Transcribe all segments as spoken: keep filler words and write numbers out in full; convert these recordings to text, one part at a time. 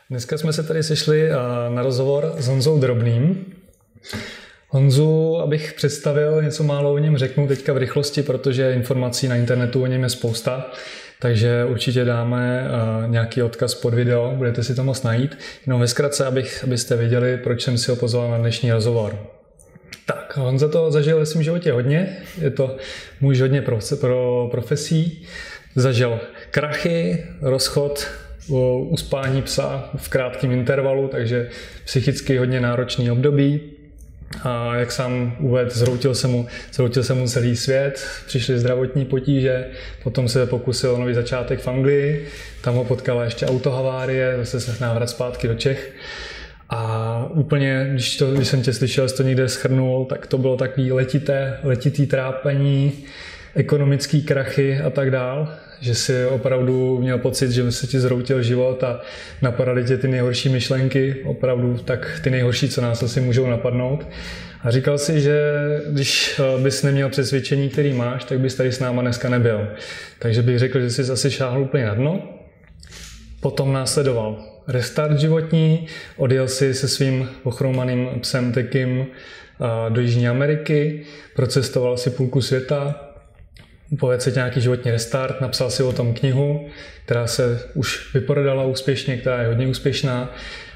Dneska jsme se tady sešli na rozhovor s Honzou Drobným. Honzu, abych představil, něco málo o něm řeknu teďka v rychlosti, protože informací na internetu o něm je spousta, takže určitě dáme nějaký odkaz pod video, budete si to moct najít. Jenom ve zkratce, abych, abyste věděli, proč jsem si ho pozval na dnešní rozhovor. Tak, Honza to zažil ve svém životě hodně, je to muž hodně pro, pro profesí, zažil krachy, rozchod, uspání psa v krátkém intervalu, takže psychicky hodně náročný období. A jak sám uvedl, zhroutil se mu, zhroutil se mu celý svět, přišly zdravotní potíže, potom se pokusil o nový začátek v Anglii, tam ho potkala ještě autohavárie, zase se návrat zpátky do Čech. A úplně, když, to, když jsem tě slyšel, jsi to někde shrnul, tak to bylo takový letité, letitý trápení, ekonomický krachy a tak dál, že si opravdu měl pocit, že se ti zhroutil život a napadaly tě ty nejhorší myšlenky, opravdu tak ty nejhorší, co nás asi můžou napadnout. A říkal si, že když bys neměl přesvědčení, který máš, tak bys tady s náma dneska nebyl. Takže bych řekl, že jsi asi šáhl úplně na dno. Potom následoval restart životní, odjel si se svým ochroumaným psem Tekim do Jižní Ameriky, procestoval si půlku světa, povedl si nějaký životní restart, napsal si o tom knihu, která se už vyprodala úspěšně, která je hodně úspěšná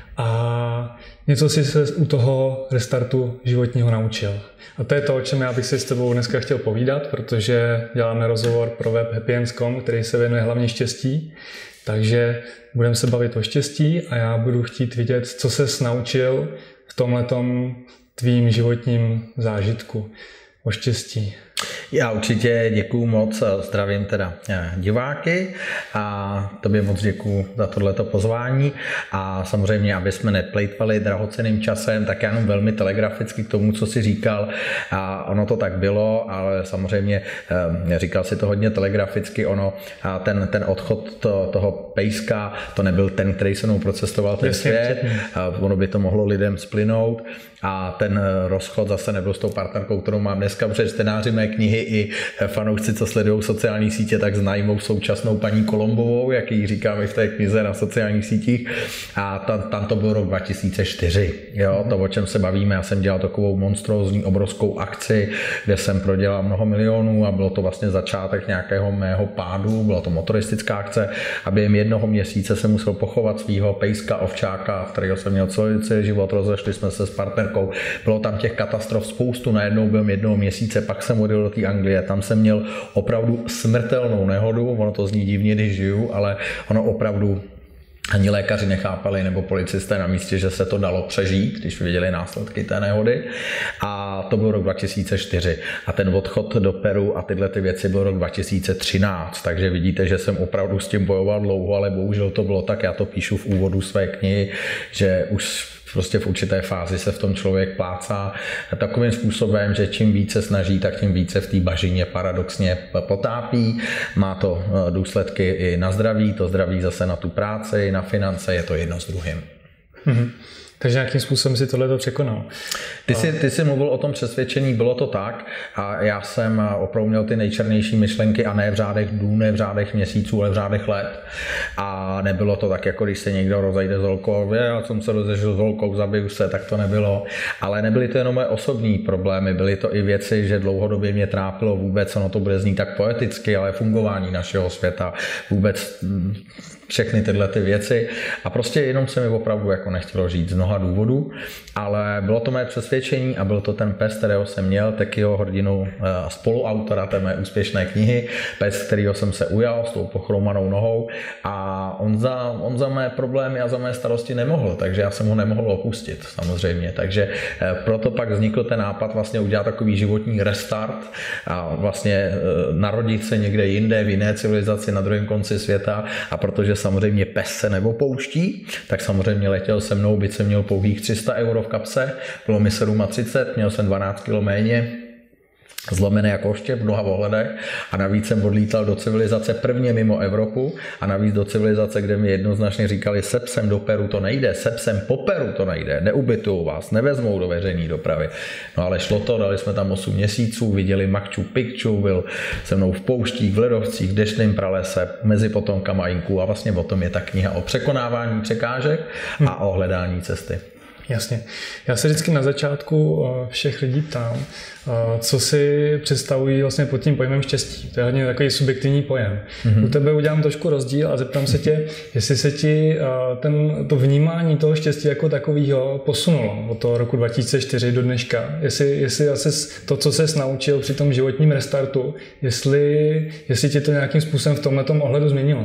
a něco si se u toho restartu životního naučil. A to je to, o čem já bych si s tebou dneska chtěl povídat, protože děláme rozhovor pro web happy hands tečka com, který se věnuje hlavně štěstí. Takže budeme se bavit o štěstí a já budu chtít vidět, co ses naučil v tomhletom tvým životním zážitku o štěstí. Já určitě děkuju moc, zdravím teda diváky a tobě moc děkuju za tohleto pozvání a samozřejmě, aby jsme neplejtvali drahocenným časem, tak já jenom velmi telegraficky k tomu, co jsi říkal a ono to tak bylo, ale samozřejmě říkal si to hodně telegraficky, ono ten, ten odchod to, toho pejska, to nebyl ten, který se mnou procestoval ten svět, ono by to mohlo lidem splynout a ten rozchod zase nebyl s tou partnerkou, kterou mám dneska, protože čtenáři mé knihy i fanoušci, co sledují sociální sítě, tak znají mou současnou paní Kolombovou, jak ji říkám i v té knize na sociálních sítích. A tam, tam to byl rok dva tisíce čtyři. Jo, to, o čem se bavíme, já jsem dělal takovou monstrózní obrovskou akci, kde jsem prodělal mnoho milionů a bylo to vlastně začátek nějakého mého pádu, byla to motoristická akce a během jednoho měsíce jsem musel pochovat svého pejska, ovčáka, kterého jsem měl celý, celý život, rozešli jsme se s partnerkou. Bylo tam těch katastrof spoustu, najednou během jednoho měsíce, pak jsem odjel do té Anglie, tam jsem měl opravdu smrtelnou nehodu, ono to zní divně, když žiju, ale ono opravdu ani lékaři nechápali, nebo policisté na místě, že se to dalo přežít, když viděli následky té nehody. A to byl rok dva tisíce čtyři. A ten odchod do Peru a tyhle ty věci byl rok dva tisíce třináct. Takže vidíte, že jsem opravdu s tím bojoval dlouho, ale bohužel to bylo tak, já to píšu v úvodu své knihy, že už prostě v určité fázi se v tom člověk plácá takovým způsobem, že čím více snaží, tak tím více v té bažině paradoxně potápí. Má to důsledky i na zdraví, to zdraví zase na tu práci, na finance, je to jedno s druhým. Mm-hmm. Takže nějakým způsobem si tohle to překonal. Ty jsi, ty jsi mluvil o tom přesvědčení, bylo to tak a já jsem opravdu měl ty nejčernější myšlenky a ne v řádech dnů, ne v řádech měsíců, ale v řádech let. A nebylo to tak, jako když se někdo rozejde s holkou, já jsem se rozešel s holkou, zabiju se, tak to nebylo. Ale nebyly to jenom moje osobní problémy, byly to i věci, že dlouhodobě mě trápilo vůbec, ono to bude znít tak poeticky, ale fungování našeho světa, vůbec všechny tyhle ty věci a prostě jenom se mi opravdu jako nechtělo žít z mnoha důvodů, ale bylo to mé přesvědčení a byl to ten pes, kterého jsem měl, Tekyho hrdinu spoluautora té mé úspěšné knihy, pes, kterýho jsem se ujal s tou pochroumanou nohou a on za, on za mé problémy a za mé starosti nemohl, takže já jsem ho nemohl opustit samozřejmě, takže proto pak vznikl ten nápad vlastně udělat takový životní restart a vlastně narodit se někde jinde, v jiné civilizaci na druhém konci světa a protože samozřejmě pes se neopouští, tak samozřejmě letěl se mnou, byť jsem měl pouhých tři sta euro v kapse, bylo mi třicet sedm, měl jsem dvanáct kilo méně zlomené jako oště v mnoha ohledech a navíc jsem odlítal do civilizace prvně mimo Evropu a navíc do civilizace, kde mi jednoznačně říkali, se psem do Peru to nejde, se psem po Peru to nejde, neubytují vás, nevezmou do veřejné dopravy. No ale šlo to, dali jsme tam osm měsíců, viděli Machu Picchu, byl se mnou v pouštích, v ledovcích, v deštném pralese, mezi potomkama Inků a vlastně o tom je ta kniha o překonávání překážek a o hledání cesty. Jasně. Já se vždycky na začátku všech lidí ptám, co si představují vlastně pod tím pojmem štěstí. To je hodně takový subjektivní pojem. Mm-hmm. U tebe udělám trošku rozdíl a zeptám se tě, jestli se ti ten, to vnímání toho štěstí jako takového posunulo od toho roku dva tisíce čtyři do dneška. Jestli, jestli asi to, co ses naučil při tom životním restartu, jestli, jestli tě to nějakým způsobem v tomhletom ohledu změnilo.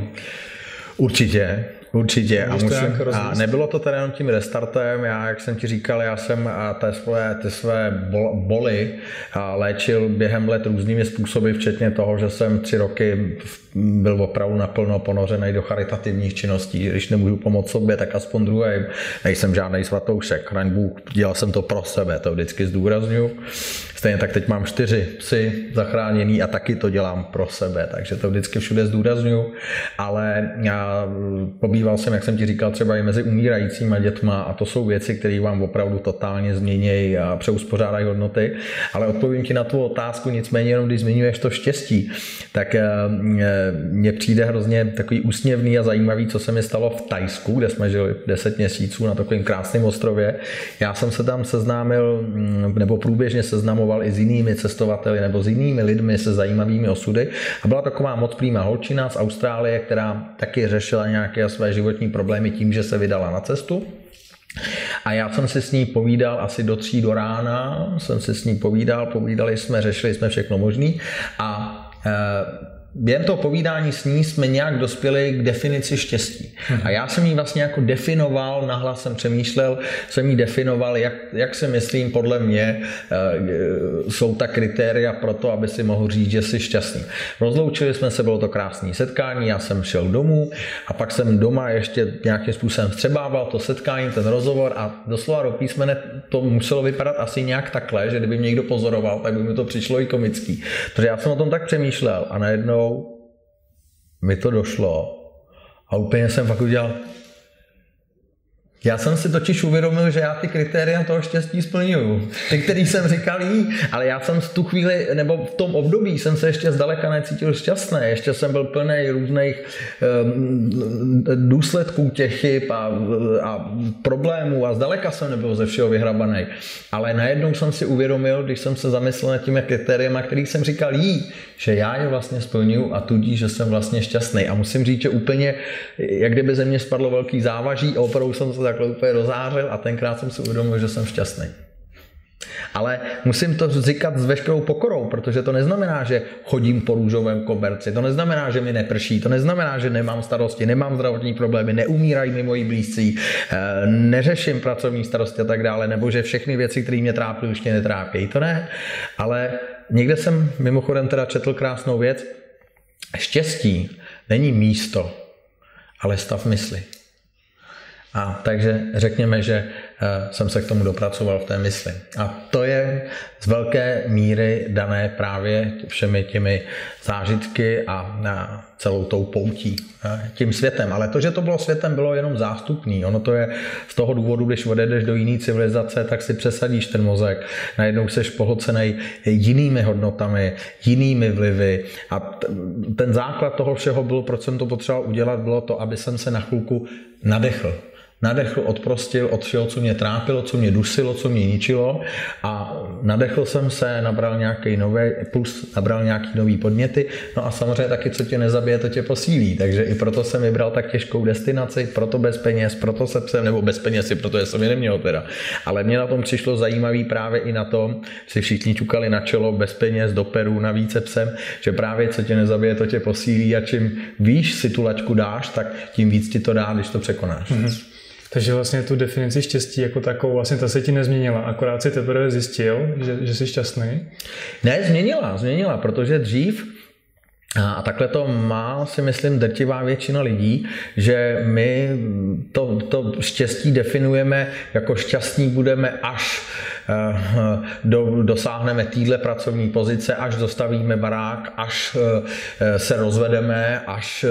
Určitě. Určitě. A, musím, a nebylo to teda jenom tím restartem, já, jak jsem ti říkal, já jsem ty své, ty své boly léčil během let různými způsoby, včetně toho, že jsem tři roky byl opravdu naplno ponořený do charitativních činností. Když nemůžu pomoct sobě, tak aspoň druhým. Nejsem žádný svatoušek, chraň Bůh, dělal jsem to pro sebe, to vždycky zdůrazňuji. Stejně tak teď mám čtyři psy zachráněný a taky to dělám pro sebe, takže to vždycky všude zdůrazňuji, ale já pobýval jsem, jak jsem ti říkal, třeba i mezi umírajícíma dětma a to jsou věci, které vám opravdu totálně změní a přeuspořádají hodnoty, ale odpovím ti na tu otázku, nicméně jenom když zmiňuješ to štěstí, tak mně přijde hrozně takový úsměvný a zajímavý, co se mi stalo v Thajsku, kde jsme žili deset měsíců na takovém krásném ostrově. Já jsem se tam seznámil, nebo průběžně seznamoval i s jinými cestovateli nebo s jinými lidmi se zajímavými osudy a byla taková moc prýma holčina z Austrálie, která taky řešila nějaké své životní problémy tím, že se vydala na cestu. A já jsem si s ní povídal asi do tří do rána, jsem si s ní povídal, povídali jsme, řešili jsme všechno možný a e, během toho povídání s ní jsme nějak dospěli k definici štěstí. A já jsem jí vlastně jako definoval, nahlas jsem přemýšlel, jsem jí definoval, jak, jak si myslím, podle mě e, jsou ta kritéria pro to, aby si mohl říct, že jsi šťastný. Rozloučili jsme se, bylo to krásné setkání, já jsem šel domů a pak jsem doma ještě nějakým způsobem vstřebával to setkání, ten rozhovor a doslova do písmene to muselo vypadat asi nějak takhle, že kdyby mě někdo pozoroval, tak by mi to přišlo i komický. Protože já jsem o tom tak přemýšlel a najednou mi to došlo a úplně jsem fakt udělal. Já jsem si totiž uvědomil, že já ty kritéria toho štěstí splňuju. Ty, který jsem říkal jí, ale já jsem v tu chvíli, nebo v tom období jsem se ještě zdaleka necítil šťastný. Ještě jsem byl plný různých um, důsledků těch chyb a, a problémů a zdaleka jsem nebyl ze všeho vyhrabaný. Ale najednou jsem si uvědomil, když jsem se zamyslel nad těmi kritériemi, který jsem říkal jí, že já je vlastně splňuju a tudíž, že jsem vlastně šťastný. A musím říct, že úplně, jak kdyby ze mě spadlo velký závaží a opravdu jsem se takhle úplně rozářil a tenkrát jsem si uvědomil, že jsem šťastný. Ale musím to říkat s veškerou pokorou, protože to neznamená, že chodím po růžovém koberci, to neznamená, že mi neprší, to neznamená, že nemám starosti, nemám zdravotní problémy, neumírají mi moji blízcí, neřeším pracovní starosti a tak dále, nebo že všechny věci, které mě trápí, už mě netrápí. To ne, ale někde jsem mimochodem teda četl krásnou věc. Štěstí není místo, ale stav mysli. A takže řekněme, že jsem se k tomu dopracoval v té mysli. A to je z velké míry dané právě všemi těmi zážitky a celou tou poutí, tím světem. Ale to, že to bylo světem, bylo jenom zástupný. Ono to je z toho důvodu, když odejdeš do jiné civilizace, tak si přesadíš ten mozek. Najednou seš pohlcenej jinými hodnotami, jinými vlivy. A ten základ toho všeho bylo, proč jsem to potřeboval udělat, bylo to, aby jsem se na chvilku nadechl. Nadechl, odprostil od všeho, co mě trápilo, co mě dusilo, co mě ničilo a nadechl jsem se, nabral nějaký nový plus, nabral nějaký nový podněty, no a samozřejmě taky, co tě nezabije, to tě posílí, takže i proto jsem vybral tak těžkou destinaci, proto bez peněz, proto se psem, nebo bez peněz, protože jsem je neměl teda, ale mě na tom přišlo zajímavý právě i na tom, si všichni čukali na čelo, bez peněz, do Peru, na více psem, že právě co tě nezabije, to tě posílí a čím výš si tu laťku dáš, tak tím víc ti to dá, když to překonáš. Mm-hmm. Takže vlastně tu definici štěstí jako takovou, vlastně ta se ti nezměnila, akorát si teprve zjistil, že, že jsi šťastný? Ne, změnila, změnila, protože dřív A takhle to má, si myslím, drtivá většina lidí, že my to, to štěstí definujeme jako šťastní budeme, až do, dosáhneme téhle pracovní pozice, až dostavíme barák, až se rozvedeme, až,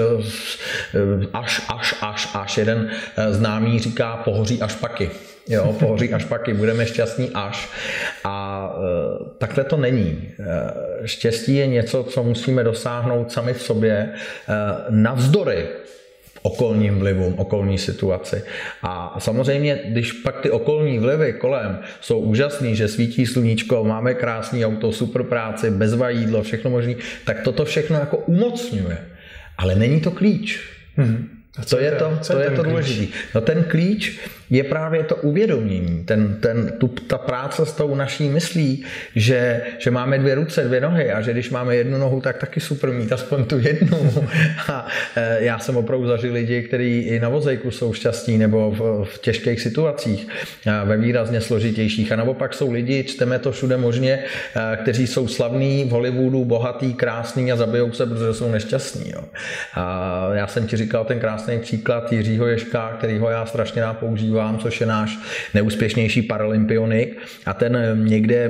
až, až, až, až. Jeden známý říká, pohoří až paky. Jo, pohoří až paky, budeme šťastní až. A e, takhle to není. E, štěstí je něco, co musíme dosáhnout sami v sobě e, navzdory okolním vlivům, okolní situaci. A samozřejmě, když pak ty okolní vlivy kolem jsou úžasný, že svítí sluníčko, máme krásný auto, super práci, bezva jídlo, všechno možné, tak toto všechno jako umocňuje. Ale není to klíč. Hmm. A co je to, co je to důležité? No ten klíč je právě to uvědomění, ten, ten, tu, ta práce s tou naší myslí, že, že máme dvě ruce, dvě nohy a že když máme jednu nohu, tak taky super mít aspoň tu jednu. A já jsem opravdu zažil lidi, kteří i na vozejku jsou šťastní nebo v, v těžkých situacích, ve výrazně složitějších. A naopak jsou lidi, čteme to všude možně, kteří jsou slavní v Hollywoodu, bohatý, krásný a zabijou se, protože jsou nešťastní. Jo. A já jsem ti říkal ten krásný příklad Jiřího Ježka, kterýho já strašně rád používám, což je náš neúspěšnější paralympionik, a ten někde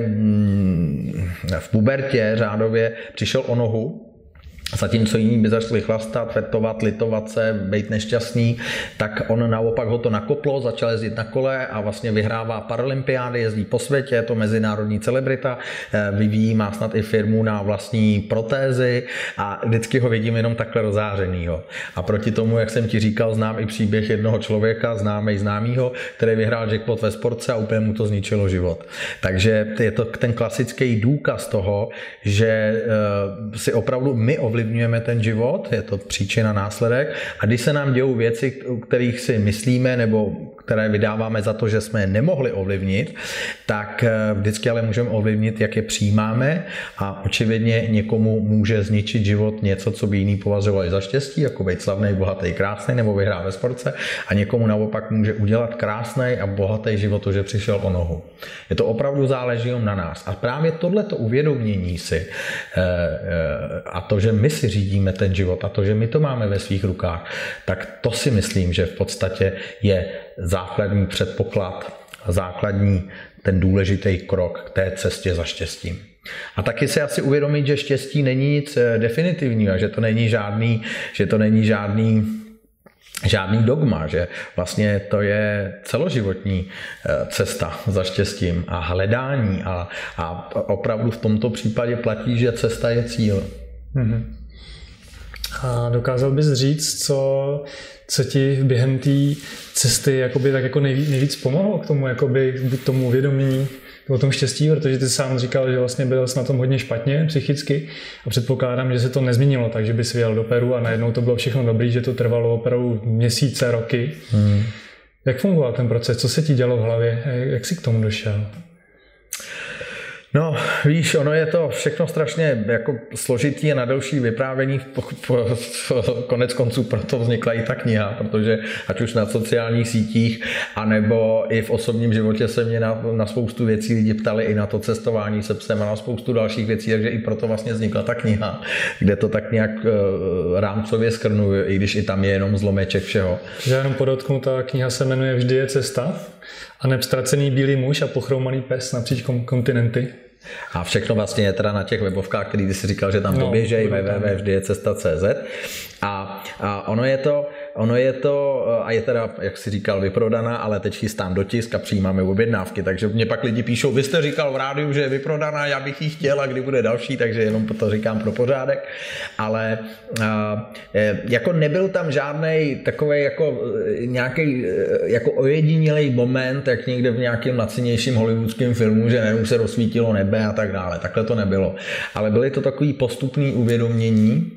v pubertě řádově přišel o nohu. Zatímco jiní by začali chlastat, fetovat, litovat se, být nešťastný, tak on naopak ho to nakoplo, začal jezdit na kole a vlastně vyhrává paralympiády, jezdí po světě, je to mezinárodní celebrita, vyvíjí, má snad i firmu na vlastní protézy a vždycky ho vidím jenom takhle rozářenýho. A proti tomu, jak jsem ti říkal, znám i příběh jednoho člověka, známej známýho, který vyhrál jackpot ve sportce a úplně mu to zničilo život. Takže je to ten klasický důkaz toho, že si opravdu my ovlivňujeme ten život, je to příčina, následek, a když se nám dějou věci, o kterých si myslíme nebo které vydáváme za to, že jsme je nemohli ovlivnit, tak vždycky ale můžeme ovlivnit, jak je přijímáme, a očividně někomu může zničit život něco, co by jiný považovali za štěstí, jako být slavný, bohatý, krásný nebo vyhrát ve sportce, a někomu naopak může udělat krásný a bohatý život to, že přišel o nohu. Je to opravdu záleží na nás. A právě tohleto uvědomění si a to, že my si řídíme ten život a to, že my to máme ve svých rukách, tak to si myslím, že v podstatě je základní předpoklad, základní ten důležitý krok k té cestě za štěstím. A taky si asi uvědomit, že štěstí není nic definitivního, že to není žádný, že to není žádný žádný dogma, že vlastně to je celoživotní cesta za štěstím a hledání a, a opravdu v tomto případě platí, že cesta je cíl. Mm-hmm. A dokázal bys říct, co, co ti během té cesty jakoby, tak jako nejvíc, nejvíc pomohlo k tomu, jakoby, k tomu uvědomění o tom štěstí, protože ty sám říkal, že vlastně byl jsi na tom hodně špatně psychicky a předpokládám, že se to nezměnilo, takže bys vyjel do Peru a najednou to bylo všechno dobrý, že to trvalo opravdu měsíce, roky. Hmm. Jak fungoval ten proces? Co se ti dělo v hlavě? Jak jsi k tomu došel? No, víš, ono je to všechno strašně jako složitý a na delší vyprávění, konec konců proto vznikla i ta kniha, protože ať už na sociálních sítích, anebo i v osobním životě se mě na, na spoustu věcí lidi ptali, i na to cestování se psem a na spoustu dalších věcí, takže i proto vlastně vznikla ta kniha, kde to tak nějak uh, rámcově skrnuju, i když i tam je jenom zlomeček všeho. Já jenom podotknu, ta kniha se jmenuje Vždy je cesta a Nevztracený bílý muž a pochroumaný pes napříč kontinenty. A všechno vlastně je teda na těch webovkách, který ty si říkal, že tam no, poběžejí, w w w tečka vždy je cesta tečka cé zet. A, a ono je to, ono je to, a je teda, jak si říkal, vyprodaná, ale teď chystám dotisk a přijímáme objednávky, takže mě pak lidi píšou, vy jste říkal v rádiu, že je vyprodaná, já bych ji chtěl a kdy bude další, takže jenom to říkám pro pořádek, ale a, jako nebyl tam žádnej takovej jako nějaký jako ojedinělej moment, jak někde v nějakém lacinějším hollywoodském filmu, že najednou se rozsvítilo nebe a tak dále, takhle to nebylo, ale byly to takový postupný uvědomění.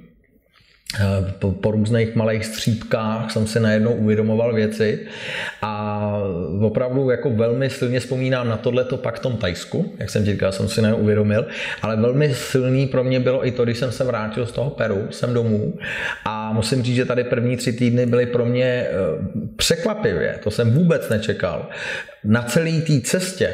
Po, po různých malých střípkách jsem si najednou uvědomoval věci a opravdu jako velmi silně vzpomínám na tohleto pak v tom Thajsku, jak jsem ti říkal, jsem si najednou uvědomil, ale velmi silný pro mě bylo i to, když jsem se vrátil z toho Peru, jsem domů, a musím říct, že tady první tři týdny byly pro mě překvapivě, to jsem vůbec nečekal. Na celé té cestě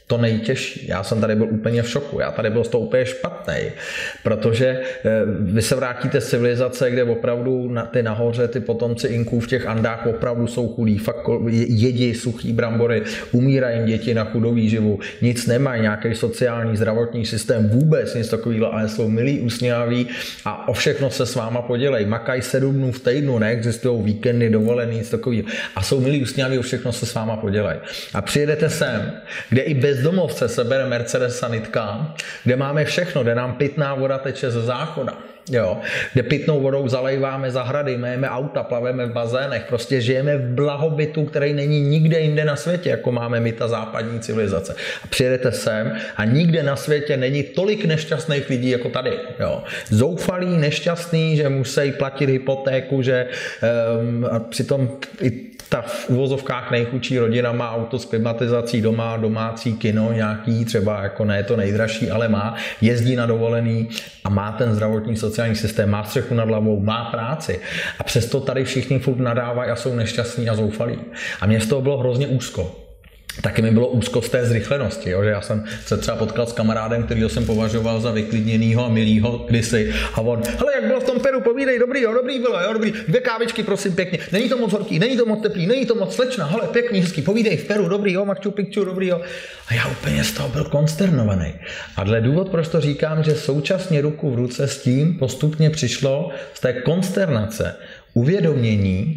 to nejtěžší. Já jsem tady byl úplně v šoku, já tady byl z toho úplně špatný, protože vy se vrátíte z civilizace, kde opravdu na, ty nahoře, ty potomci Inků v těch Andách opravdu jsou chudí, fakt jedí suchý brambory, umírají jim děti na chudou výživu, nic nemají, nějaký sociální, zdravotní systém, vůbec nic takového, ale jsou milí, usměvaví a o všechno se s váma podělej. Makají sedm dnů v týdnu, neexistují víkendy, dovolený, nic takového. A jsou milí, usměvaví, o všechno se s váma podělej. A přijedete sem, kde i bezdomovce se bere Mercedes sanitka, kde máme všechno, kde nám pitná voda teče ze záchoda. Jo, kde pitnou vodou zalejváme zahrady, máme auta, plaveme v bazénech, prostě žijeme v blahobytu, který není nikde jinde na světě, jako máme my ta západní civilizace. A přijedete sem a nikde na světě není tolik nešťastných lidí jako tady. Jo. Zoufalí, nešťastný, že musí platit hypotéku, že um, a přitom i ta v uvozovkách nejchudší rodina má auto s klimatizací doma, domácí kino nějaký, třeba jako ne to nejdražší, ale má, jezdí na dovolený a má ten zdravotní sociální systém, má střechu nad hlavou, má práci. A přesto tady všichni furt nadávají a jsou nešťastní a zoufalí. A mně z toho bylo hrozně úzko. Taky mi bylo úzko z té zrychlenosti, jo? Že já jsem se třeba potkal s kamarádem, kterýho jsem považoval za vyklidněnýho a milýho kdysi a on, hele, jak bylo v tom Peru, povídej, dobrý, jo, dobrý bylo, jo, dobrý, dvě kávičky, prosím, pěkně, není to moc horký, není to moc teplý, není to moc slečna, hele, pěkný, hezký, povídej v Peru, dobrý, jo, Machu Picchu, dobrý, jo. A já úplně z toho byl konsternovaný. A dle důvod, proč to říkám, že současně ruku v ruce s tím postupně přišlo z té konsternace uvědomění,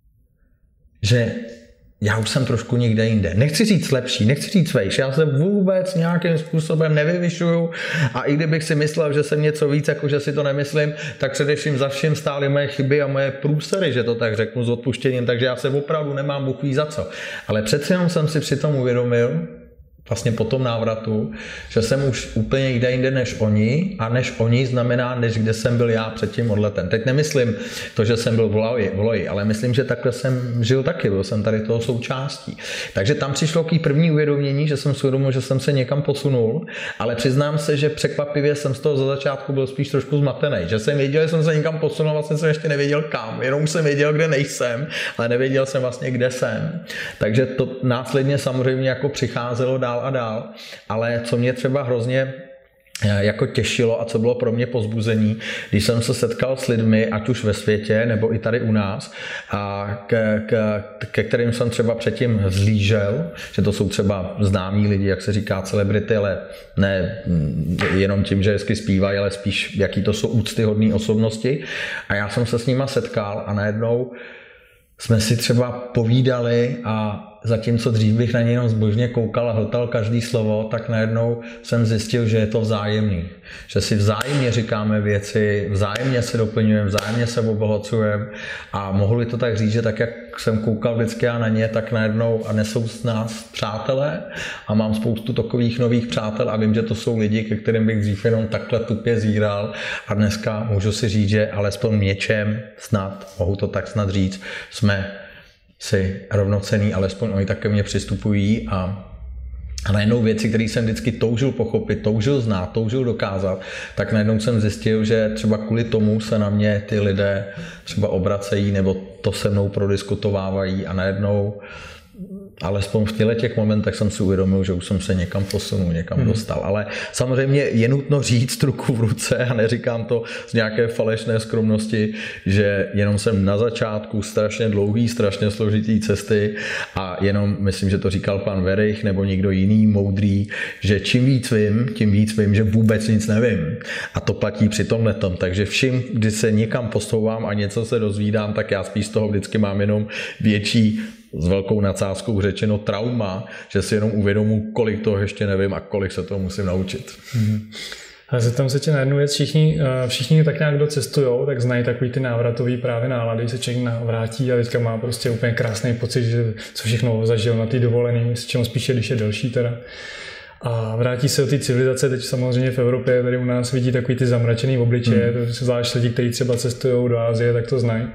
že já už jsem trošku někde jinde. Nechci říct lepší, nechci říct vejš. Já se vůbec nějakým způsobem nevyvyšuju a i kdybych si myslel, že jsem něco víc, jako že si to nemyslím, tak především za vším stály moje chyby a moje průsery, že to tak řeknu s odpuštěním, takže já se opravdu nemám Bůh ví za co. Ale přece jenom jsem si přitom uvědomil, vlastně po tom návratu, že jsem už úplně jde jinde než oni a než oni znamená, než kde jsem byl já před tím odletem. Teď nemyslím to, že jsem byl v loji, v loji, ale myslím, že takhle jsem žil taky, byl jsem tady toho součástí. Takže tam přišlo k první uvědomění, že jsem si uvědomil, že jsem se někam posunul, ale přiznám se, že překvapivě jsem z toho za začátku byl spíš trošku zmatený, že jsem věděl, že jsem se někam posunul, vlastně jsem ještě nevěděl kam, jenom jsem věděl, kde nejsem, ale nevěděl jsem vlastně, kde jsem. Takže to následně samozřejmě jako přicházelo dál a dál, ale co mě třeba hrozně jako těšilo a co bylo pro mě povzbuzení, když jsem se setkal s lidmi, ať už ve světě, nebo i tady u nás, a ke, ke, ke kterým jsem třeba předtím vzlížel, že to jsou třeba známí lidi, jak se říká celebrity, ale ne jenom tím, že hezky zpívají, ale spíš jaký to jsou úctyhodné osobnosti. A já jsem se s nima setkal a najednou jsme si třeba povídali a zatímco dřív bych na něj jenom zbožně koukal a hltal každý slovo, tak najednou jsem zjistil, že je to vzájemný. Že si vzájemně říkáme věci, vzájemně se doplňujeme, vzájemně se obohacujeme a mohli to tak říct, že tak, jak jsem koukal vždycky a na ně, tak najednou a nesou s nás přátelé a mám spoustu takových nových přátel a vím, že to jsou lidi, ke kterým bych dřív jenom takhle tupě zíral a dneska můžu si říct, že alespoň něčem snad, mohu to tak snad říct, jsme si rovnocenný, alespoň oni také mě přistupují a, a najednou věci, které jsem vždycky toužil pochopit, toužil znát, toužil dokázat, tak najednou jsem zjistil, že třeba kvůli tomu se na mě ty lidé třeba obracejí nebo to se mnou prodiskutovávají a najednou alespoň v těchto těch momentech jsem si uvědomil, že už jsem se někam posunul, někam hmm. dostal. Ale samozřejmě je nutno říct ruku v ruce a neříkám to z nějaké falešné skromnosti, že jenom jsem na začátku strašně dlouhý, strašně složitý cesty a jenom myslím, že to říkal pan Verich nebo někdo jiný moudrý, že čím víc vím, tím víc vím, že vůbec nic nevím. A to platí při tomhletom. Takže všim, když se někam posouvám a něco se dozvídám, tak já spíš z toho vždycky mám jenom větší s velkou nadsázkou řečeno trauma, že si jenom uvědomuji, kolik toho ještě nevím a kolik se toho musím naučit. Mm-hmm. Ale zeptám se tě na jednu věc, všichni, všichni tak nějak, kdo cestujou, tak znají takový ty návratový právě nálady, se člověk vrátí a teďka má prostě úplně krásný pocit, že co všechno zažil na té dovolený, s čím spíše, když je delší teda. A vrátí se do té civilizace, teď samozřejmě v Evropě, tady u nás vidí takový ty zamračený obličeje, mm. zvlášť lidi, kteří třeba cestují do Asie, tak to znají.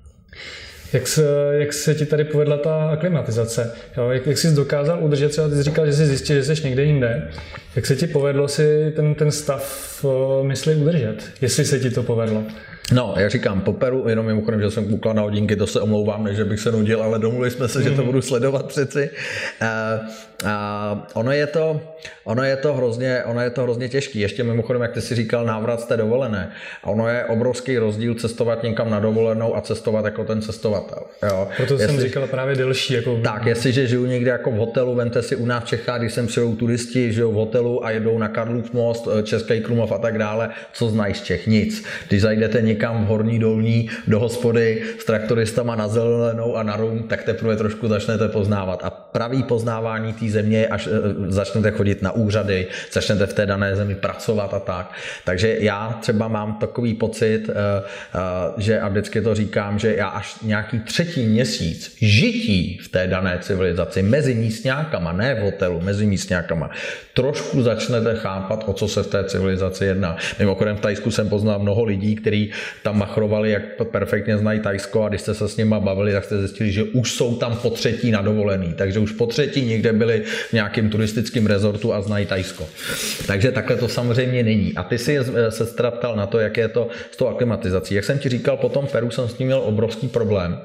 Jak se, jak se ti tady povedla ta aklimatizace? Jo, jak, jak jsi dokázal udržet, třeba ty jsi říkal, že jsi zjistil, že jsi někde jinde. Jak se ti povedlo si ten, ten stav mysli udržet? Jestli se ti to povedlo? No, já říkám, po Peru, jenom mimochodem, že jsem koukal na hodinky, to se omlouvám, než bych se nudil, ale domluvili jsme se, mm. že to budu sledovat přeci. Uh, uh, ono je to, ono je to hrozně, ono je to hrozně těžký. Ještě mimochodem, jak ty si říkal, návrat z té dovolené. A ono je obrovský rozdíl cestovat někam na dovolenou a cestovat jako ten cestovatel. Jo. Proto Jestli, jsem říkal právě delší. Jako... Tak, jestliže žiju někde jako v hotelu, vemte si u nás v Čechách, když sem přijdou turisti, žijou v hotelu a jedou na Karlův most, Český Krumlov a tak dále, co znají z Čech? Nic. Když zajdete někam v Horní Dolní do hospody s traktoristama na zelenou a na rum, tak teprve trošku začnete poznávat. A pravý poznávání té země, až začnete chodit na úřady, začnete v té dané zemi pracovat a tak. Takže já třeba mám takový pocit, že a vždycky to říkám, že já až nějaký třetí měsíc žití v té dané civilizaci mezi místňákama, ne v hotelu, mezi místňákama, trošku začnete chápat, o co se v té civilizaci jedná. Mimochodem v Thajsku jsem poznal mnoho lidí, kteří tam machrovali, jak perfektně znají Thajsko, a když jste se s nima bavili, tak jste zjistili, že už jsou tam po třetí na dovolený. Takže už po třetí někde byli v nějakém turistickém rezortu a znají Thajsko. Takže takhle to samozřejmě není. A ty si se straptal na to, jak je to s tou aklimatizací. Jak jsem ti říkal, po tom Peru jsem s tím měl obrovský problém.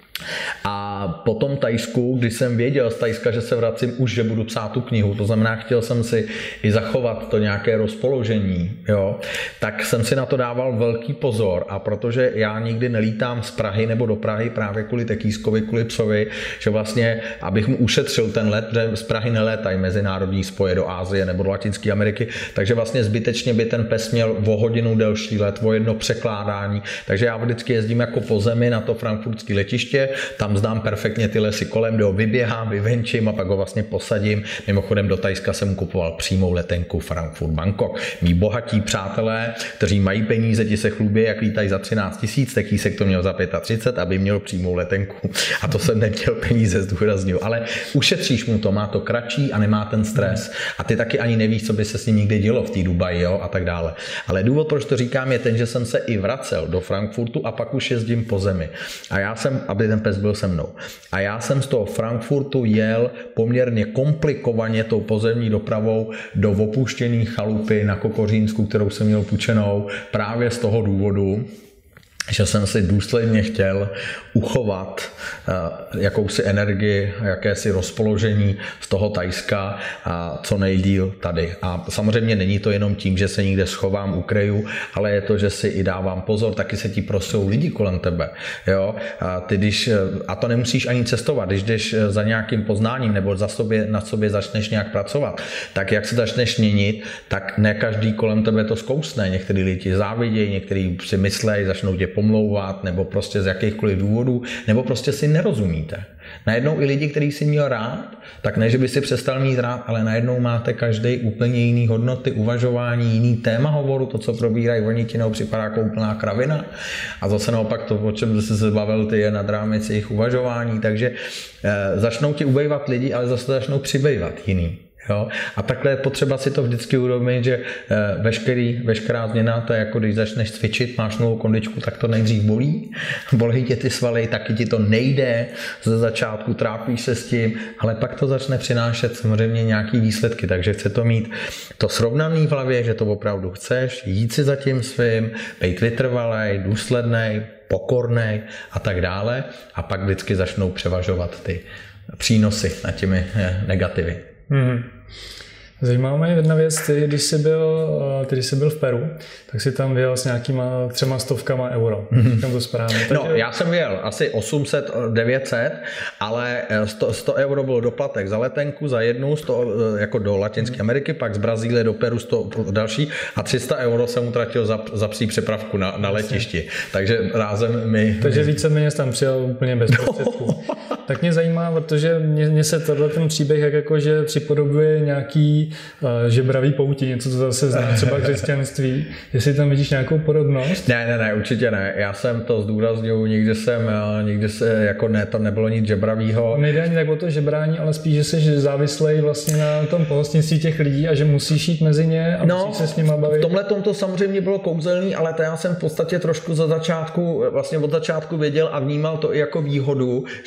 A po tom Thajsku, když jsem věděl z Thajska, že se vracím už, že budu psát tu knihu, to znamená, chtěl jsem si i zachovat to nějaké rozpoložení, jo, tak jsem si na to dával velký pozor, a protože já nikdy nelítám z Prahy nebo do Prahy právě kvůli Tekýskovi, kvůli psovi, že vlastně, abych mu ušetřil ten let, že z Prahy nelétají mezinárodní spoje do Asie nebo do Latinské Ameriky, takže vlastně zbytečně by ten pes měl o hodinu delší let, o jedno překládání, takže já vždycky jezdím jako po zemi na to frankfurtské letiště, tam znám perfektně ty lesy kolem, kde ho vyběhám, vyvenčím a pak ho vlastně posadím. Mimochodem do Thajska jsem kupoval přímou letenku Frankfurt Bangkok. Mí bohatí přátelé, kteří mají peníze, ti se chlubí, jak lítají za třináct tisíc, Tekýsek to měl za třicet pět, aby měl přímou letenku. A to jsem neměl peníze, zdůrazňuji. Ale ušetříš mu to, má to kratší a nemá ten stres. A ty taky ani nevíš, co by se s ním někde dělo v té Dubaji, jo, a tak dále. Ale důvod, proč to říkám, je ten, že jsem se i vracel do Frankfurtu a pak už jezdím po zemi. A já jsem, aby ten pes byl se mnou. A já jsem z toho Frankfurtu jel poměrně komplikovaně tou pozemní dopravou do opuštěné chalupy na Kokořínsku, kterou jsem měl půjčenou právě z toho důvodu, že jsem si důsledně chtěl uchovat jakousi energii, jakési rozpoložení z toho Thajska a co nejdýl tady. A samozřejmě není to jenom tím, že se někde schovám, ukryju, ale je to, že si i dávám pozor, taky se ti prosou lidi kolem tebe. Jo? A, ty, když, a to nemusíš ani cestovat, když jdeš za nějakým poznáním nebo za sobě, na sobě začneš nějak pracovat, tak jak se začneš měnit, tak ne každý kolem tebe to zkousne. Některý lidi závidějí, některý si myslejí, začnou tě pomlouvat, nebo prostě z jakýchkoliv důvodů, nebo prostě si nerozumíte. Najednou i lidi, který si měl rád, tak ne, že by si přestal mít rád, ale najednou máte každý úplně jiný hodnoty, uvažování, jiný téma hovoru, to, co probírají, oni ti připadá jako úplná kravina. A zase naopak to, o čem jsi se bavil, ty je nad rámec jejich uvažování, takže e, začnou ti ubejvat lidi, ale zase začnou přibývat jiný. Jo? A takhle je potřeba si to vždycky uvědomit, že veškerý, veškerá změna, to je jako když začneš cvičit, máš novou kondičku, tak to nejdřív bolí, bolí tě ty svaly, taky ti to nejde ze začátku, trápíš se s tím, ale pak to začne přinášet samozřejmě nějaký výsledky, takže chce to mít to srovnaný v hlavě, že to opravdu chceš, jít si za tím svým, být vytrvalej, důslednej, pokornej a tak dále, a pak vždycky začnou převažovat ty přínosy nad těmi negativy. Hmm. Zajímá mě jedna věc, ty, když jsi byl, ty, když jsi byl v Peru, tak jsi tam vyjel s nějakýma třema stovkama euro. Říkám to správně. Takže... No, já jsem vyjel asi osm set, devět set, ale sto, sto euro bylo doplatek za letenku, za jednu, sto, jako do Latinské Ameriky, pak z Brazílie do Peru sto další a tři sta euro jsem utratil za, za psí přepravku na, na letišti. Takže rázem mi... Takže víceméně tam přijel úplně bez prostředků. Tak mě zajímá, protože mě, mě se tohle ten příběh jak jako, že připodobuje nějaký žebravý pouti, něco, co zase zná třeba křesťanství. Jestli tam vidíš nějakou podobnost? Ne, ne, ne, určitě ne. Já jsem to zdůraznil, nikdy jsem, nikdy se, jako ne, to nebylo nic žebravýho. Nejde ani tak o to žebrání, ale spíš, že jsi závislej vlastně na tom pohostinství těch lidí a že musíš jít mezi ně a no, musíš se s nima bavit. V tomhle tom to samozřejmě bylo kouzelný, ale to já jsem v podstatě trošku za začátku, vlastně od začátku věděl a vnímal to i jako výhodu, že já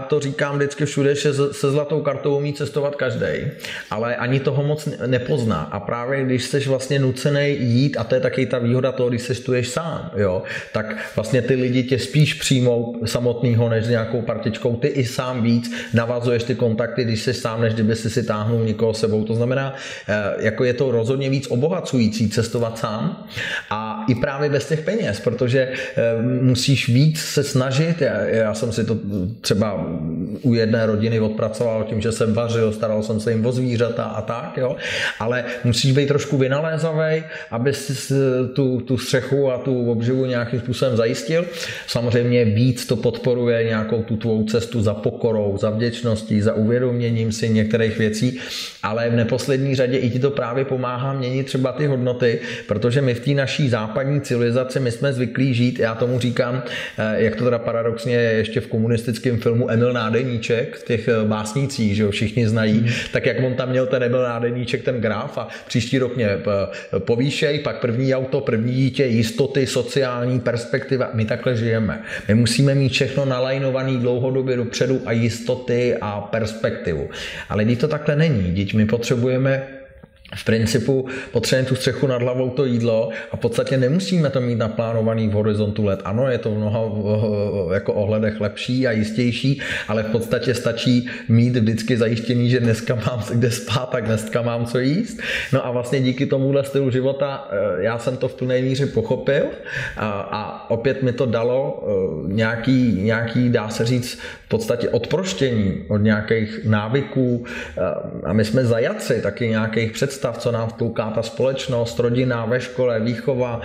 to říkám vždycky všude, že se zlatou kartou umí cestovat každý, ale ani toho moc nepozná. A právě když jsi vlastně nucený jít, a to je taky ta výhoda toho, když cestuješ sám, jo, tak vlastně ty lidi tě spíš přijmou samotného než nějakou partičkou. Ty i sám víc navazuješ ty kontakty, když jsi sám, než kdyby si si táhnul někoho sebou. To znamená, jako je to rozhodně víc obohacující cestovat sám a i právě bez těch peněz, protože musíš víc se snažit. Já, já jsem si to třeba u jedné rodiny odpracoval tím, že jsem vařil, staral jsem se jim o zvířata a tak, jo. Ale musíš být trošku vynalézavej, aby si tu, tu střechu a tu obživu nějakým způsobem zajistil. Samozřejmě víc to podporuje nějakou tu tvou cestu za pokorou, za vděčností, za uvědoměním si některých věcí, ale v neposlední řadě i ti to právě pomáhá měnit třeba ty hodnoty, protože my v té naší západní civilizaci my jsme zvyklí žít, já tomu říkám, jak to teda paradoxně je ještě v komunistickém filmu Emil Nádeníček, v těch básnících, že jo, všichni znají, mm. tak jak on tam měl ten Emil Nádeníček, ten graf a příští rok mě povýšej, pak první auto, první dítě, jistoty, sociální perspektiva, my takhle žijeme. My musíme mít všechno nalajnovaný dlouhodobě dopředu a jistoty a perspektivu. Ale když to takhle není, když my potřebujeme v principu potřebujeme tu střechu nad hlavou, to jídlo a v podstatě nemusíme to mít naplánovaný v horizontu let. Ano, je to v mnoha jako ohledech lepší a jistější, ale v podstatě stačí mít vždycky zajištění, že dneska mám kde spát, tak dneska mám co jíst. No a vlastně díky tomuhle stylu života já jsem to v plné míře pochopil a, a opět mi to dalo nějaký, nějaký, dá se říct, v podstatě odproštění od nějakých návyků a my jsme zajatci taky nějakých představ, co nám vtlouká ta společnost, rodina, ve škole, výchova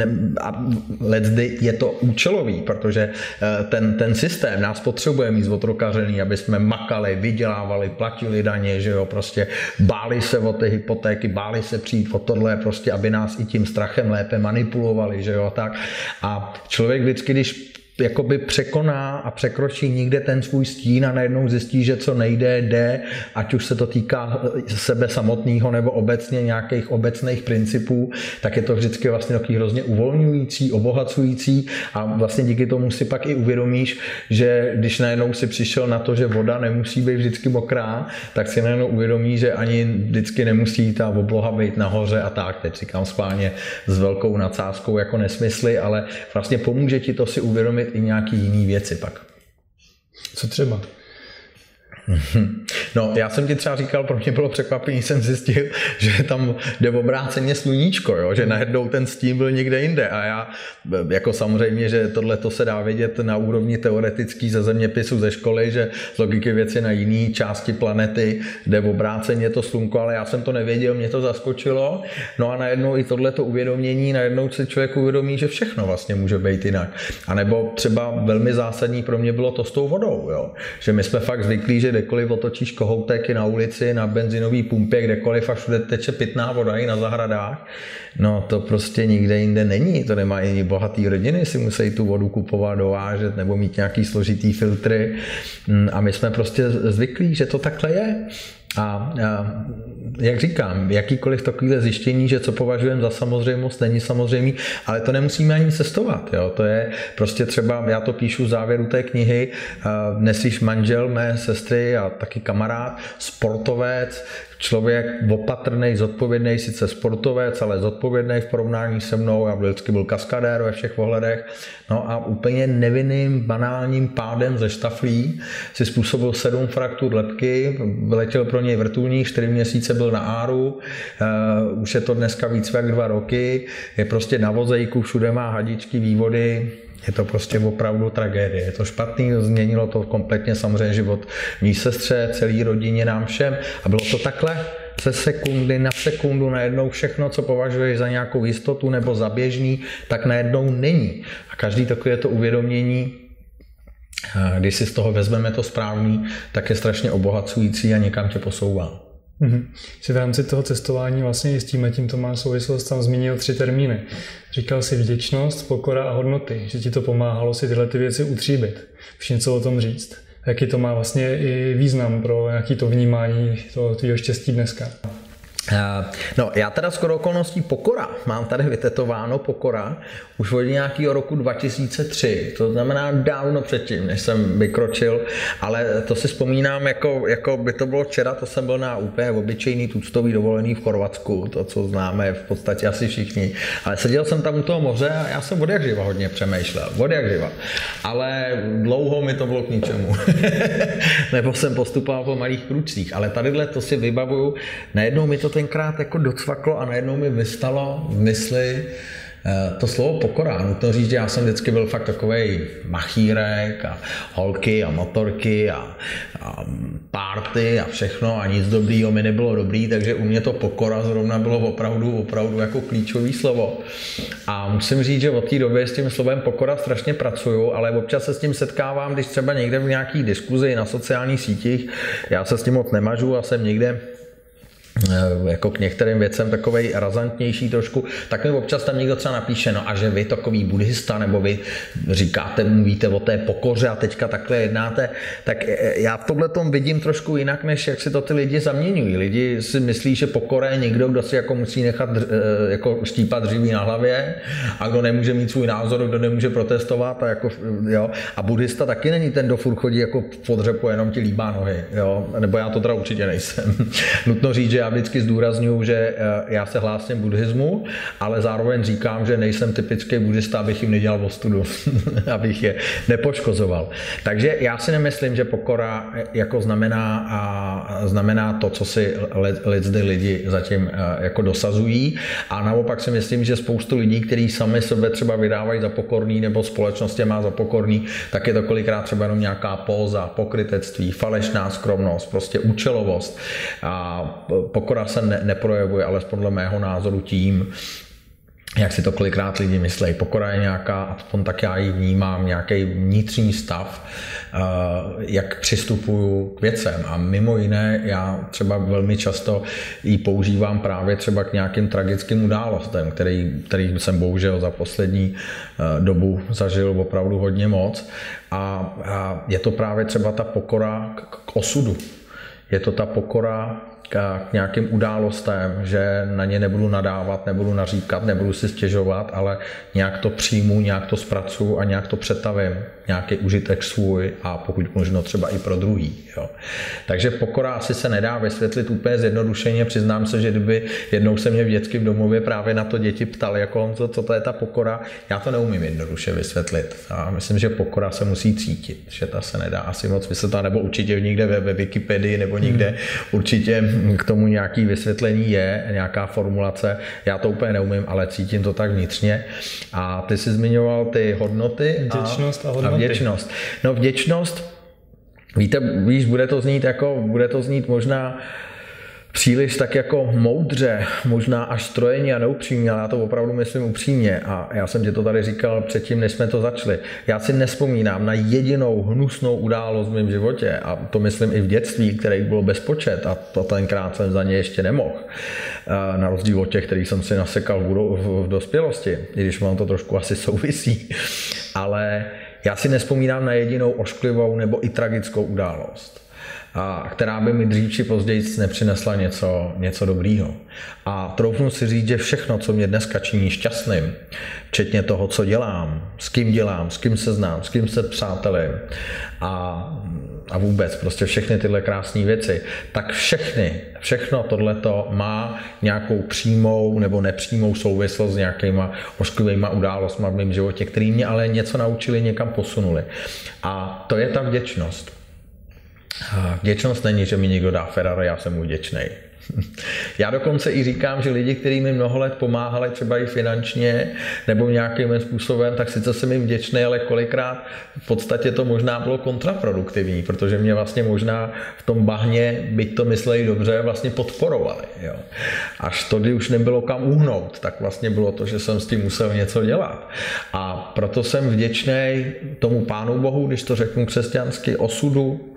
a leckdy je to účelový, protože ten, ten systém nás potřebuje mít zotrokařený, aby jsme makali, vydělávali, platili daně, že jo, prostě báli se o ty hypotéky, báli se přijít o tohle, prostě aby nás i tím strachem lépe manipulovali, že jo, tak. A člověk vždycky, když jakoby překoná a překročí někde ten svůj stín a najednou zjistí, že co nejde, jde, ať už se to týká sebe samotného nebo obecně nějakých obecných principů, tak je to vždycky vlastně takový hrozně uvolňující, obohacující a vlastně díky tomu si pak i uvědomíš, že když najednou si přišel na to, že voda nemusí být vždycky mokrá, tak si najednou uvědomí, že ani vždycky nemusí ta obloha být nahoře a tak. Teď říkám schválně s velkou nadsázkou jako nesmysly, ale vlastně pomůže ti to si uvědomit i nějaký jiný věci pak. Co třeba? No, já jsem ti třeba říkal, pro mě bylo překvapení, jsem zjistil, že tam jde obráceně sluníčko, jo? Že najednou ten stín byl někde jinde a já, jako samozřejmě, že tohle to se dá vědět na úrovni teoretický ze zeměpisu ze školy, že z logiky věci na jiné části planety jde obráceně to slunko, ale já jsem to nevěděl, mě to zaskočilo, no a najednou i tohleto uvědomění, najednou si člověk uvědomí, že všechno vlastně může být jinak. A nebo třeba velmi zásadní pro mě bylo to s tou vodou, jo? Že my jsme fakt zvyklí, že kdekoliv otočíš kohoutek na ulici, na benzinový pumpě, kdekoliv a všude teče pitná voda i na zahradách. No to prostě nikde jinde není. To nemá ani bohatý rodiny, si musí tu vodu kupovat, dovážet nebo mít nějaký složitý filtry. A my jsme prostě zvyklí, že to takhle je. A, a jak říkám, jakýkoliv takovýhle zjištění, že co považujeme za samozřejmost, není samozřejmý, ale to nemusíme ani cestovat. Jo? To je prostě třeba, já to píšu v závěru té knihy, dnes již manžel mé sestry a taky kamarád, sportovec, člověk opatrný, zodpovědný, sice sportovec, ale zodpovědný v porovnání se mnou, já vždycky byl kaskadér ve všech ohledech, no a úplně nevinným, banálním pádem ze štaflí si způsobil sedm fraktur lebky, vyletěl pro něj vrtulník, čtyři měsíce byl na áru, uh, už je to dneska víc jak dva roky, je prostě na vozejku, všude má hadičky, vývody, je to prostě opravdu tragédie. Je to špatný, změnilo to kompletně samozřejmě život mý sestře, celý rodině, nám všem. A bylo to takhle ze sekundy na sekundu najednou všechno, co považuješ za nějakou jistotu nebo za běžný, tak najednou není. A každý takové to uvědomění, když si z toho vezmeme to správný, tak je strašně obohacující a někam tě posouvá. Mm-hmm. Si v rámci toho cestování vlastně s tím, tím to má souvislost, tam zmínil tři termíny. Říkal si vděčnost, pokora a hodnoty, že ti to pomáhalo si tyhle ty věci utříbit. Už něco o tom říct. Jaký to má vlastně i význam pro nějaký to vnímání toho tvýho štěstí dneska? No, já teda skoro okolností pokora. Mám tady vytetováno pokora už od nějakého roku dva tisíce tři. To znamená dávno předtím, než jsem vykročil, ale to si vzpomínám, jako, jako by to bylo včera, to jsem byl na úplně obyčejný tuctový dovolený v Chorvatsku, to, co známe v podstatě asi všichni. Ale seděl jsem tam u toho moře a já jsem od jak živa hodně přemýšlel. Od jak živa. Ale dlouho mi to bylo k ničemu. Nebo jsem postupoval po malých kručcích. Ale tadyhle to si vybavuju. Najednou mi to tenkrát jako docvaklo a najednou mi vystalo v mysli to slovo pokora. Nutno říct, že já jsem vždycky byl fakt takovej machírek a holky a motorky a, a party a všechno a nic dobrýho mi nebylo dobrý, takže u mě to pokora zrovna bylo opravdu, opravdu jako klíčový slovo. A musím říct, že od té doby s tím slovem pokora strašně pracuju, ale občas se s tím setkávám, když třeba někde v nějaký diskuzi na sociálních sítích, já se s tím moc nemažu a jsem někde jako k některým věcem takovej razantnější trošku, tak mi občas tam někdo třeba napíše, no a že vy takový buddhista, nebo vy říkáte, mluvíte o té pokoře a teďka takhle jednáte, tak já v tomhle tom vidím trošku jinak, než jak si to ty lidi zaměňují. Lidi si myslí, že pokora je někdo, kdo si jako musí nechat jako štípat dříví na hlavě a kdo nemůže mít svůj názor, kdo nemůže protestovat a jako, jo. A buddhista taky není ten, kdo furt chodí jako pod řepu, jenom ti líbá nohy, jo. Nebo já to teda určitě nejsem. Nutno říct, že já vždycky zdůrazňuji, že já se hlásím buddhismu, ale zároveň říkám, že nejsem typický buddhista, abych jim nedělal ostudu, abych je nepoškozoval. Takže já si nemyslím, že pokora jako znamená, a znamená to, co si lidi, lidi zatím jako dosazují, a naopak si myslím, že spoustu lidí, kteří sami sebe třeba vydávají za pokorný nebo společnost je má za pokorný, tak je to kolikrát třeba jenom nějaká póza, pokrytectví, falešná skromnost, prostě účelovost. A pokora se ne, neprojevuje, ale podle mého názoru tím, jak si to kolikrát lidi myslejí. Pokora je nějaká, aspoň tak já ji vnímám, nějaký vnitřní stav, jak přistupuju k věcem. A mimo jiné, já třeba velmi často ji používám právě třeba k nějakým tragickým událostem, který, který jsem bohužel za poslední dobu zažil opravdu hodně moc. A, a je to právě třeba ta pokora k, k osudu. Je to ta pokora k nějakým událostem, že na ně nebudu nadávat, nebudu naříkat, nebudu si stěžovat, ale nějak to přijmu, nějak to zpracuju a nějak to přetavím, nějaký užitek svůj a pokud možno třeba i pro druhý. Jo. Takže pokora asi se nedá vysvětlit úplně zjednodušeně. Přiznám se, že kdyby jednou se mě v dětském domově právě na to děti ptali, jako, co, co to je ta pokora, já to neumím jednoduše vysvětlit. A myslím, že pokora se musí cítit, že ta se nedá asi moc vysvětlit, nebo určitě někde ve, ve Wikipedii nebo někde hmm. určitě k tomu nějaký vysvětlení je, nějaká formulace. Já to úplně neumím, ale cítím to tak vnitřně. A ty jsi zmiňoval ty hodnoty. Vděčnost a, a hodnoty. A vděčnost. No vděčnost, víte, víš, bude to znít jako, bude to znít možná příliš tak jako moudře, možná až strojeně a neupřímně, ale já to opravdu myslím upřímně. A já jsem ti to tady říkal předtím, než jsme to začali. Já si nevzpomínám na jedinou hnusnou událost v mém životě, a to myslím i v dětství, kterých bylo bezpočet, a to tenkrát jsem za ně ještě nemohl. Na rozdíl od těch, kterých jsem si nasekal v dospělosti, i když mám to trošku asi souvisí. Ale já si nevzpomínám na jedinou ošklivou nebo i tragickou událost, a která by mi dřív či později nepřinesla něco, něco dobrýho. A troufnu si říct, že všechno, co mě dneska činí šťastným, včetně toho, co dělám, s kým dělám, s kým se znám, s kým se přátelím a, a vůbec prostě všechny tyhle krásné věci, tak všechny, všechno tohleto má nějakou přímou nebo nepřímou souvislost s nějakýma ošklivýma událostmi v mém životě, který mě ale něco naučili, někam posunuli. A to je ta vděčnost. Vděčnost není, že mi někdo dá Ferrari, já jsem mu vděčnej. Já dokonce i říkám, že lidi, kteří mi mnoho let pomáhali třeba i finančně nebo nějakým způsobem, tak sice jsem jim vděčný, ale kolikrát v podstatě to možná bylo kontraproduktivní, protože mě vlastně možná v tom bahně, byť to mysleli dobře, vlastně podporovali. Jo. Až to, kdy už nebylo kam uhnout, tak vlastně bylo to, že jsem s tím musel něco dělat. A proto jsem vděčný tomu Pánu Bohu, když to řeknu křesťansky, osudu,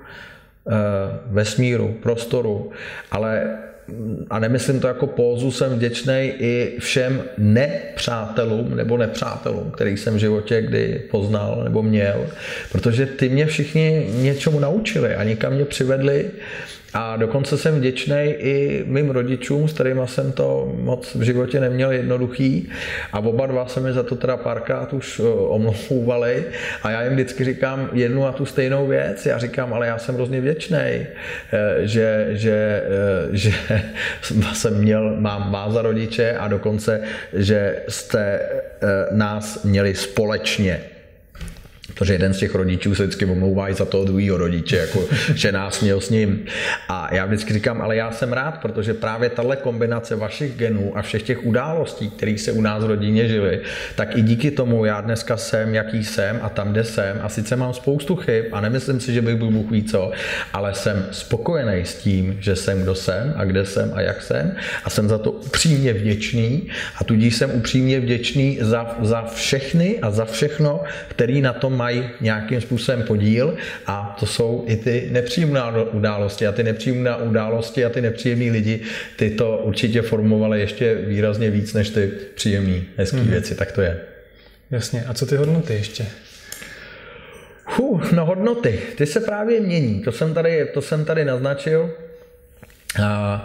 vesmíru, prostoru, ale a nemyslím to jako pózu, jsem vděčný i všem nepřátelům nebo nepřátelům, který jsem v životě kdy poznal nebo měl, protože ty mě všichni něčemu naučili a někam mě přivedli A dokonce jsem vděčný i mým rodičům, s kterými jsem to moc v životě neměl jednoduchý. A oba dva se mi za to teda párkrát už omlouvali. A já jim vždycky říkám jednu a tu stejnou věc. Já říkám, ale já jsem hrozně vděčný, že, že, že jsem měl, mám vás za rodiče a dokonce, že jste nás měli společně. Protože jeden z těch rodičů se vždycky omlouvá i za toho druhého rodiče, jako, že nás měl s ním. A já vždycky říkám, ale já jsem rád, protože právě tahle kombinace vašich genů a všech těch událostí, které se u nás v rodině žily, tak i díky tomu já dneska jsem, jaký jsem a tam, kde jsem. A sice mám spoustu chyb a nemyslím si, že bych byl Bůh ví co, ale jsem spokojený s tím, že jsem, kdo jsem a kde jsem a jak jsem. A jsem za to upřímně vděčný a tudíž jsem upřímně vděčný za, za všechny a za všechno, který na tom mají nějakým způsobem podíl, a to jsou i ty nepříjemné události a ty nepříjemné události a ty nepříjemní lidi, ty to určitě formovaly ještě výrazně víc než ty příjemné, hezké hmm. věci, tak to je. Jasně, a co ty hodnoty ještě? Huh, no hodnoty, ty se právě mění, to jsem tady, to jsem tady naznačil. A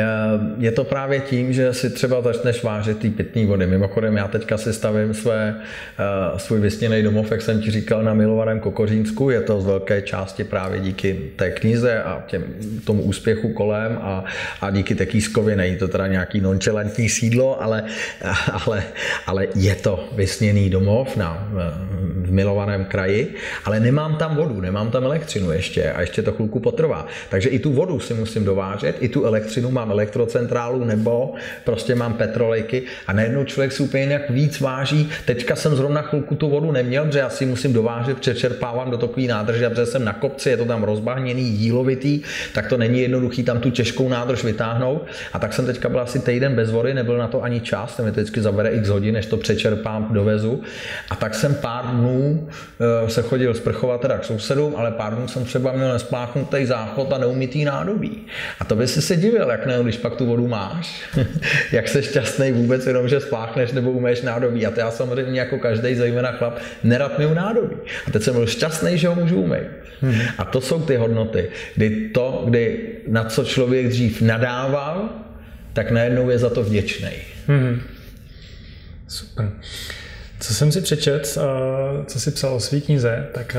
je to právě tím, že si třeba začneš vážit ty pitné vody. Mimochodem, já teďka si stavím své, svůj vysněný domov, jak jsem ti říkal, na milovaném Kokořínsku. Je to z velké části právě díky té knize a těm, tomu úspěchu kolem a, a díky té Kýskovi. Není to teda nějaký nonchalantní sídlo, ale, ale, ale je to vysněný domov na, v milovaném kraji. Ale nemám tam vodu, nemám tam elektřinu ještě a ještě to chvilku potrvá. Takže i tu vodu si musím dovážet, i tu elektřinu, mám elektrocentrálu nebo prostě mám petrolejky a najednou člověk si úplně nějak víc váží. Teďka jsem zrovna chvilku tu vodu neměl, protože já si musím dovážet, přečerpávám do takové nádrže, protože jsem na kopci, je to tam rozbahněný, jílovitý, tak to není jednoduchý tam tu těžkou nádrž vytáhnout. A tak jsem teďka byl asi týden bez vody, nebyl na to ani čas, to mi to vždycky zabere x hodin, než to přečerpám, dovezu. A tak jsem pár dnů se chodil sprchovat teda k sousedům, ale pár dnů jsem třeba měl nespláchnutý záchod a neumytý nádobí. A to by si se divil, jak ne, když pak tu vodu máš. Jak jsi šťastný vůbec jenom, že spláchneš nebo umeješ nádobí. A to já samozřejmě jako každý, zejména chlap, nerad myju nádobí. A teď jsem byl šťastný, že ho můžu umýt. Hmm. A to jsou ty hodnoty, kdy to, kdy na co člověk dřív nadával, tak najednou je za to vděčný. Hmm. Super. Co jsem si přečet, co jsi psal o své knize, tak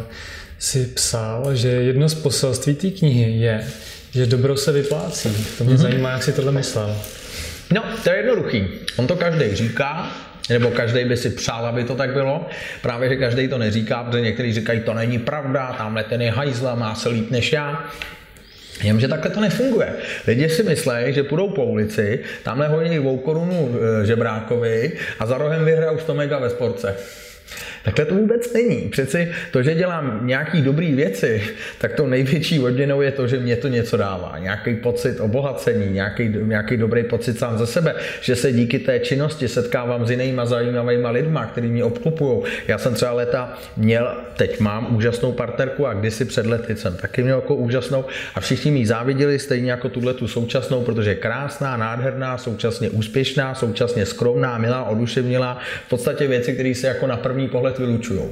si psal, že jedno z poselství té knihy je, že dobro se vyplácí. To mě mm-hmm. zajímá, jak si tohle myslel. No, to je jednoduchý. On to každý říká, nebo každý by si přál, aby to tak bylo. Právě, že každý to neříká, protože někteří říkají, to není pravda, tamhle ten je hajzla, má se líp než já. Jenomže takhle to nefunguje. Lidi si myslí, že půjdou po ulici, tamhle hodí dvou korunu žebrákovi a za rohem vyhrajou sto mega ve sportce. Takhle to vůbec není. Přeci to, že dělám nějaký dobrý věci, tak to největší odměnou je to, že mě to něco dává. Nějaký pocit obohacení, nějaký, nějaký dobrý pocit sám ze sebe, že se díky té činnosti setkávám s jinýma zajímavýma lidma, kteří mě obklopují. Já jsem třeba leta měl, teď mám úžasnou partnerku a kdysi před lety jsem taky měl jako úžasnou a všichni mi záviděli stejně jako tuhletu současnou, protože je krásná, nádherná, současně úspěšná, současně skromná, milá, oduševnilá. V podstatě věci, které se jako na první pohled vylučujou.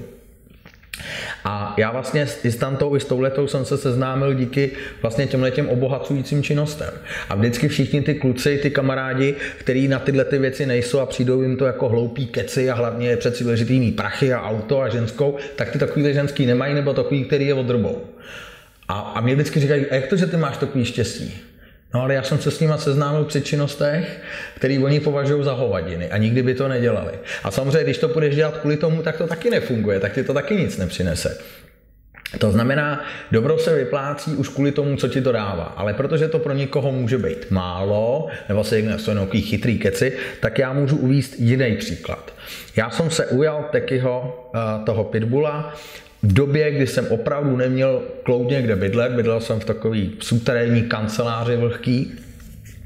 A já vlastně i s tamtou, i s touhletou jsem se seznámil díky vlastně těmhletěm obohacujícím činnostem. A vždycky všichni ty kluci, ty kamarádi, kteří na tyhle ty věci nejsou a přijdou jim to jako hloupý keci a hlavně je přeci důležitý mít prachy a auto a ženskou, tak ty takovýhle ženský nemají, nebo takový, který je odrbou. A, a mě vždycky říkají, a jak to, že ty máš takový štěstí? No ale já jsem se s nima seznámil při činnostech, který oni považují za hovadiny a nikdy by to nedělali. A samozřejmě, když to budeš dělat kvůli tomu, tak to taky nefunguje, tak ti to taky nic nepřinese. To znamená, dobro se vyplácí už kvůli tomu, co ti to dává. Ale protože to pro někoho může být málo, nebo se někdo jsou nějaký chytrý keci, tak já můžu uvést jiný příklad. Já jsem se ujal Tekyho, toho pitbulla, v době, kdy jsem opravdu neměl kloudně kde bydlet, bydlel jsem v takový suterénní kanceláři vlhký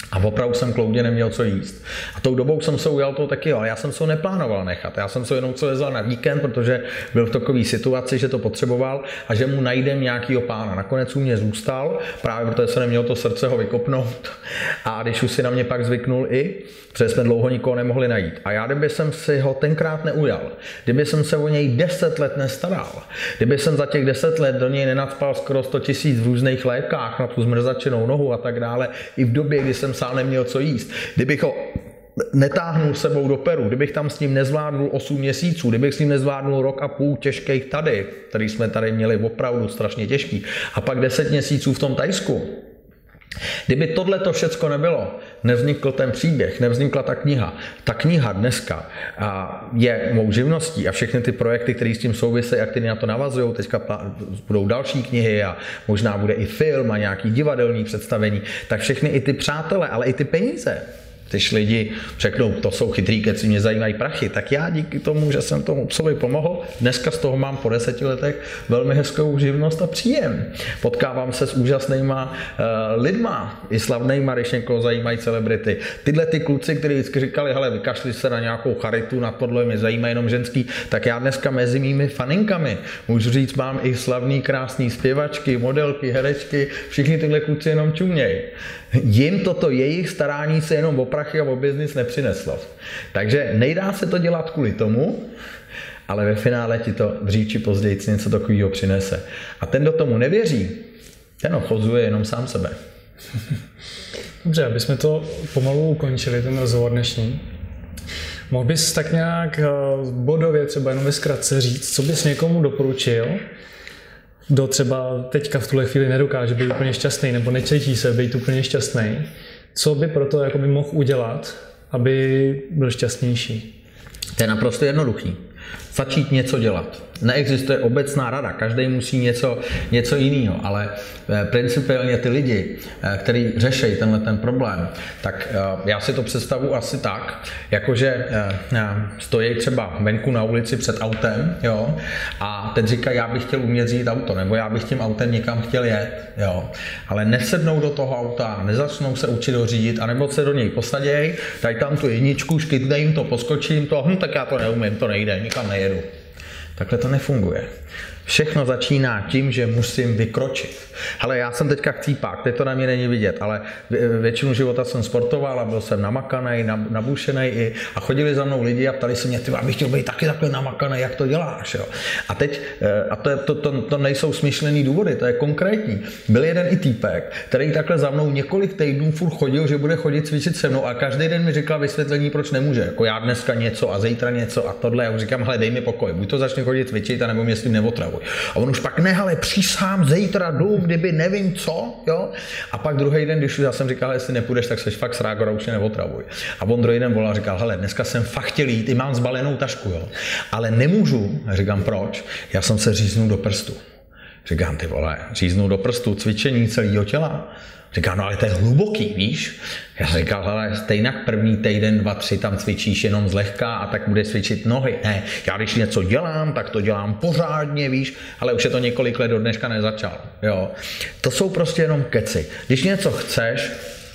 A opravdu jsem kloudě neměl co jíst. A tou dobou jsem se ujal toho taky, ale já jsem se ho neplánoval nechat. Já jsem se jenom co vezl na víkend, protože byl v takové situaci, že to potřeboval a že mu najdem nějakýho pána. Nakonec u mě zůstal, právě protože jsem neměl to srdce ho vykopnout. A když už si na mě pak zvyknul i, protože jsme dlouho nikoho nemohli najít. A já, kdyby jsem si ho tenkrát neujal, kdyby jsem se o něj deset let nestaral, kdyby jsem za těch deset let do něj nenacpal skoro sto tisíc v různých lékách na tu zmrzačenou nohu a tak dále, i v době, kdy jsem sám neměl co jíst, kdybych ho netáhnul sebou do Peru, kdybych tam s ním nezvládnul osm měsíců, kdybych s ním nezvládnul rok a půl těžkých tady, který jsme tady měli opravdu strašně těžký, a pak deset měsíců v tom Thajsku, kdyby tohle to všecko nebylo, nevznikl ten příběh, nevznikla ta kniha. Ta kniha dneska je mou živností a všechny ty projekty, které s tím souvisejí a které na to navazují, teďka budou další knihy a možná bude i film a nějaký divadelní představení, tak všechny i ty přátelé, ale i ty peníze. Když lidi řeknou, to jsou chytrý keci, mě zajímají prachy, tak já díky tomu, že jsem tomu psovi pomohl, dneska z toho mám po deseti letech velmi hezkou živnost a příjem. Potkávám se s úžasnýma uh, lidma, i slavnýma, když někoho zajímají celebrity. Tyhle ty kluci, kteří vždycky říkali, hele, vykašli se na nějakou charitu, na tohle mě zajímá jenom ženský, tak já dneska mezi mými faninkami můžu říct, mám i slavný, krásný zpěvačky, modelky, herečky, všichni tyhle kluci jenom čumějí. Jim toto jejich starání se jenom o prachy a o biznis nepřineslo. Takže nejdá se to dělat kvůli tomu, ale ve finále ti to dřív či později něco takového přinese. A ten, kdo tomu nevěří, ten ochozuje jenom sám sebe. Dobře, aby jsme to pomalu ukončili, ten rozhovor dnešní. Mohl bys tak nějak bodově, třeba jenom ve zkratce říct, co bys někomu doporučil, kdo třeba teďka v tuhle chvíli nedokáže být úplně šťastný nebo necítí se být úplně šťastný, co by proto jakoby mohl udělat, aby byl šťastnější? To je naprosto jednoduchý. Začít něco dělat. Neexistuje obecná rada, každý musí něco, něco jiného, ale principiálně ty lidi, kteří řeší tenhle ten problém, tak já si to představu asi tak, jakože stojí třeba venku na ulici před autem, jo, a teď říká, já bych chtěl umět řídit auto, nebo já bych tím autem někam chtěl jet, jo, ale nesednou do toho auta, nezačnou se učit ho řídit, anebo se do něj posaděj, dají tam tu jedničku, škytne jim to, poskočím to, hm, tak já to neumím, to nejde, nikam nejedu. Takhle to nefunguje. Všechno začíná tím, že musím vykročit. Hele, já jsem teďka chcípák, teď to na mě není vidět, ale většinu života jsem sportoval a byl jsem namakanej, nabušenej i, a chodili za mnou lidi a ptali se mě, ty, abych chtěl být taky takhle namakanej, jak to děláš, jo. A teď, a to, je, to, to, to nejsou smyšlený důvody, to je konkrétní. Byl jeden i týpek, který takhle za mnou několik týdnů furt chodil, že bude chodit cvičit se mnou a každý den mi říkal vysvětlení, proč nemůže. Jako já dneska něco a zítra něco a tohle. Já už říkám, hele, dej mi pokoj, buď to začne chodit cvičit, anebo mě s tím neotravuj. A on už pak ne, ale přísám, zítra jdu, kdyby nevím co, jo. A pak druhý den, když už já jsem říkal, jestli nepůjdeš, tak seš fakt srágora, už mě neotravuj. A on druhý den volal a říkal, hele, dneska jsem fakt chtěl jít, i mám zbalenou tašku, jo. Ale nemůžu, a říkám, proč? Já jsem se říznul do prstu. Říkám, ty vole, říznul do prstu, cvičení celého těla. Říkám, no ale to je hluboký, víš? Já říkal, hele, stejně první týden, dva, tři tam cvičíš jenom zlehka a tak budeš cvičit nohy. Ne, já když něco dělám, tak to dělám pořádně, víš, ale už je to několik let do dneška nezačal, jo. To jsou prostě jenom keci. Když něco chceš,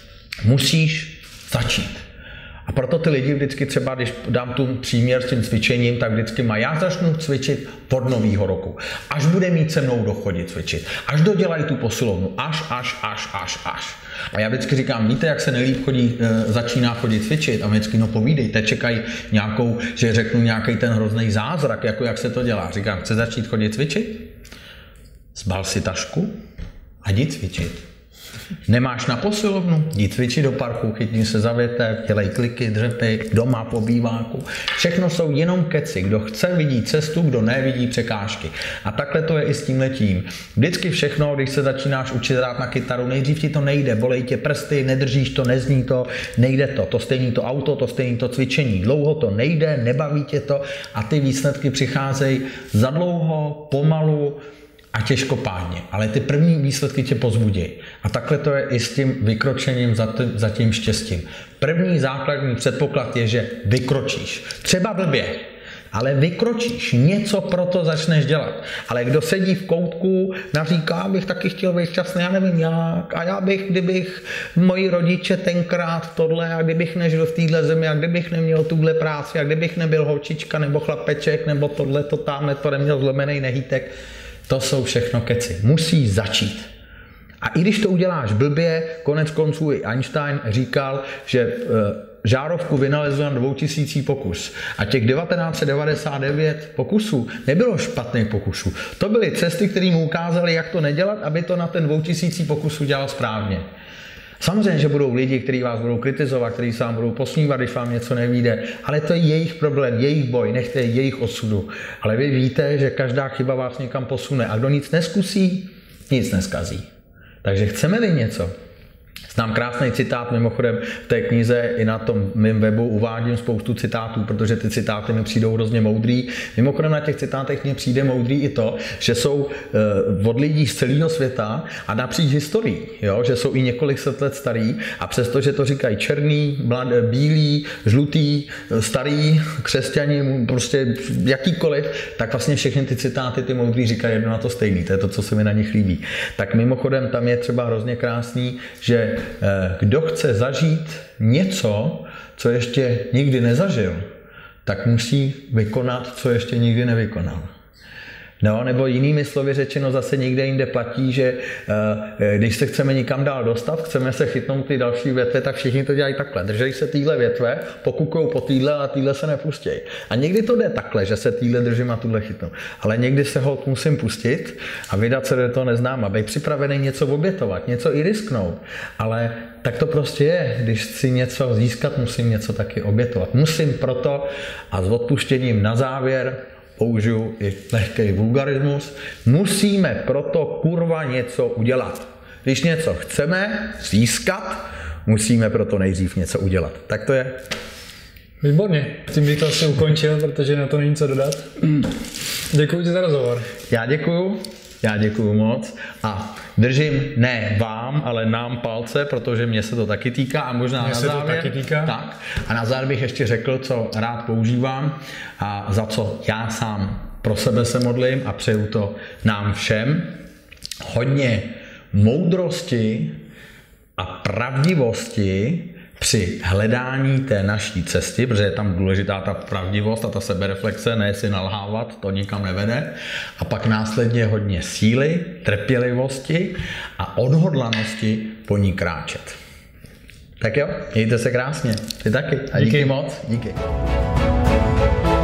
musíš začít. A proto ty lidi vždycky třeba, když dám tu příměr s tím cvičením, tak vždycky má, já začnu cvičit od nového roku. Až bude mít se mnou dochodit cvičit. Až dodělají tu posilovnu. Až, až, až, až, až. A já vždycky říkám, víte, jak se nejlíp chodí, e, začíná chodit cvičit? A vždycky, no povídejte, čekají nějakou, že řeknu nějaký ten hrozný zázrak, jako jak se to dělá. Říkám, chce začít chodit cvičit? Zbal si tašku a jdi cvičit. Nemáš na posilovnu? Jdi cvičit do parku, chytni se za větev, dělej kliky, dřepy, doma po býváku. Všechno jsou jenom keci. Kdo chce, vidí cestu, kdo ne, vidí překážky. A takhle to je i s tímhletím. Vždycky všechno, když se začínáš učit hrát na kytaru, nejdřív ti to nejde, bolej tě prsty, nedržíš to, nezní to, nejde to. To stejný to auto, to stejný to cvičení. Dlouho to nejde, nebaví tě to a ty výsledky přicházejí za dlouho, pomalu, a těžkopádně, ale ty první výsledky tě pozbudí. A takhle to je i s tím vykročením za, t- za tím štěstím. První základní předpoklad je, že vykročíš. Třeba blbě, ale vykročíš, něco pro to začneš dělat. Ale kdo sedí v koutku, naříká, bych taky chtěl být šťastný, já nevím jak, a já bych, kdybych moji rodiče tenkrát tohle, a kdybych nežil v téhle zemi, a kdybych neměl tuhle práci, a kdybych nebyl holčička nebo chlapeček, nebo tohle, to tamhle, to neměl zlomený nehýtek, to jsou všechno keci. Musí začít. A i když to uděláš blbě, konec konců i Einstein říkal, že žárovku vynalezl na dvoutisící pokus. A těch devatenáct set devadesát devět pokusů nebylo špatných pokusů. To byly cesty, které mu ukázaly, jak to nedělat, aby to na ten dvoutisící pokusů dělal správně. Samozřejmě, že budou lidi, kteří vás budou kritizovat, kteří se vám budou posmívat, když vám něco nevíde, ale to je jejich problém, jejich boj, nechte jejich osudu. Ale vy víte, že každá chyba vás někam posune a kdo nic neskusí, nic neskazí. Takže chceme-li něco. Znám krásný citát, mimochodem v té knize i na tom mém webu uvádím spoustu citátů, protože ty citáty mi přijdou hrozně moudrý. Mimochodem na těch citátech mně přijde moudrý i to, že jsou e, od lidí z celého světa a napříč historií, jo? Že jsou i několik set let starý a přesto, že to říkají černý, mlad, bílý, žlutý, starý, křesťani, prostě jakýkoliv, tak vlastně všechny ty citáty ty moudrý říkají jedno na to stejný. To je to, co se mi na nich líbí. Tak mimochodem tam je třeba hrozně krásný, že kdo chce zažít něco, co ještě nikdy nezažil, tak musí vykonat, co ještě nikdy nevykonal. No, nebo jinými slovy řečeno zase někde jinde platí, že když se chceme nikam dál dostat, chceme se chytnout ty další větve, tak všichni to dělají takhle. Držej se týhle větve, pokukujou po týhle a týhle se nepustějí. A někdy to jde takhle, že se týhle držím a tuhle chytnu. Ale někdy se ho musím pustit a vydat se do toho neznám, být připravený něco obětovat, něco i risknout. Ale tak to prostě je. Když chci něco získat, musím něco taky obětovat. Musím proto a s odpuštěním na závěr použiju i lehký vulgarismus, musíme proto kurva něco udělat. Když něco chceme získat, musíme proto nejdřív něco udělat. Tak to je. Výborně. Tím bych to asi ukončil, protože na to není co dodat. Mm. Děkuji ti za rozhovor. Já děkuju. Já děkuju moc a držím ne vám, ale nám palce, protože mě se to taky týká a možná mě na se závěr. To taky týká. Tak. A na závěr bych ještě řekl, co rád používám a za co já sám pro sebe se modlím a přeju to nám všem. Hodně moudrosti a pravdivosti při hledání té naší cesty, protože je tam důležitá ta pravdivost a ta sebereflexe, ne si nalhávat, to nikam nevede. A pak následně hodně síly, trpělivosti a odhodlanosti po ní kráčet. Tak jo, mějte se krásně. Ty taky. A díky, díky moc. Díky.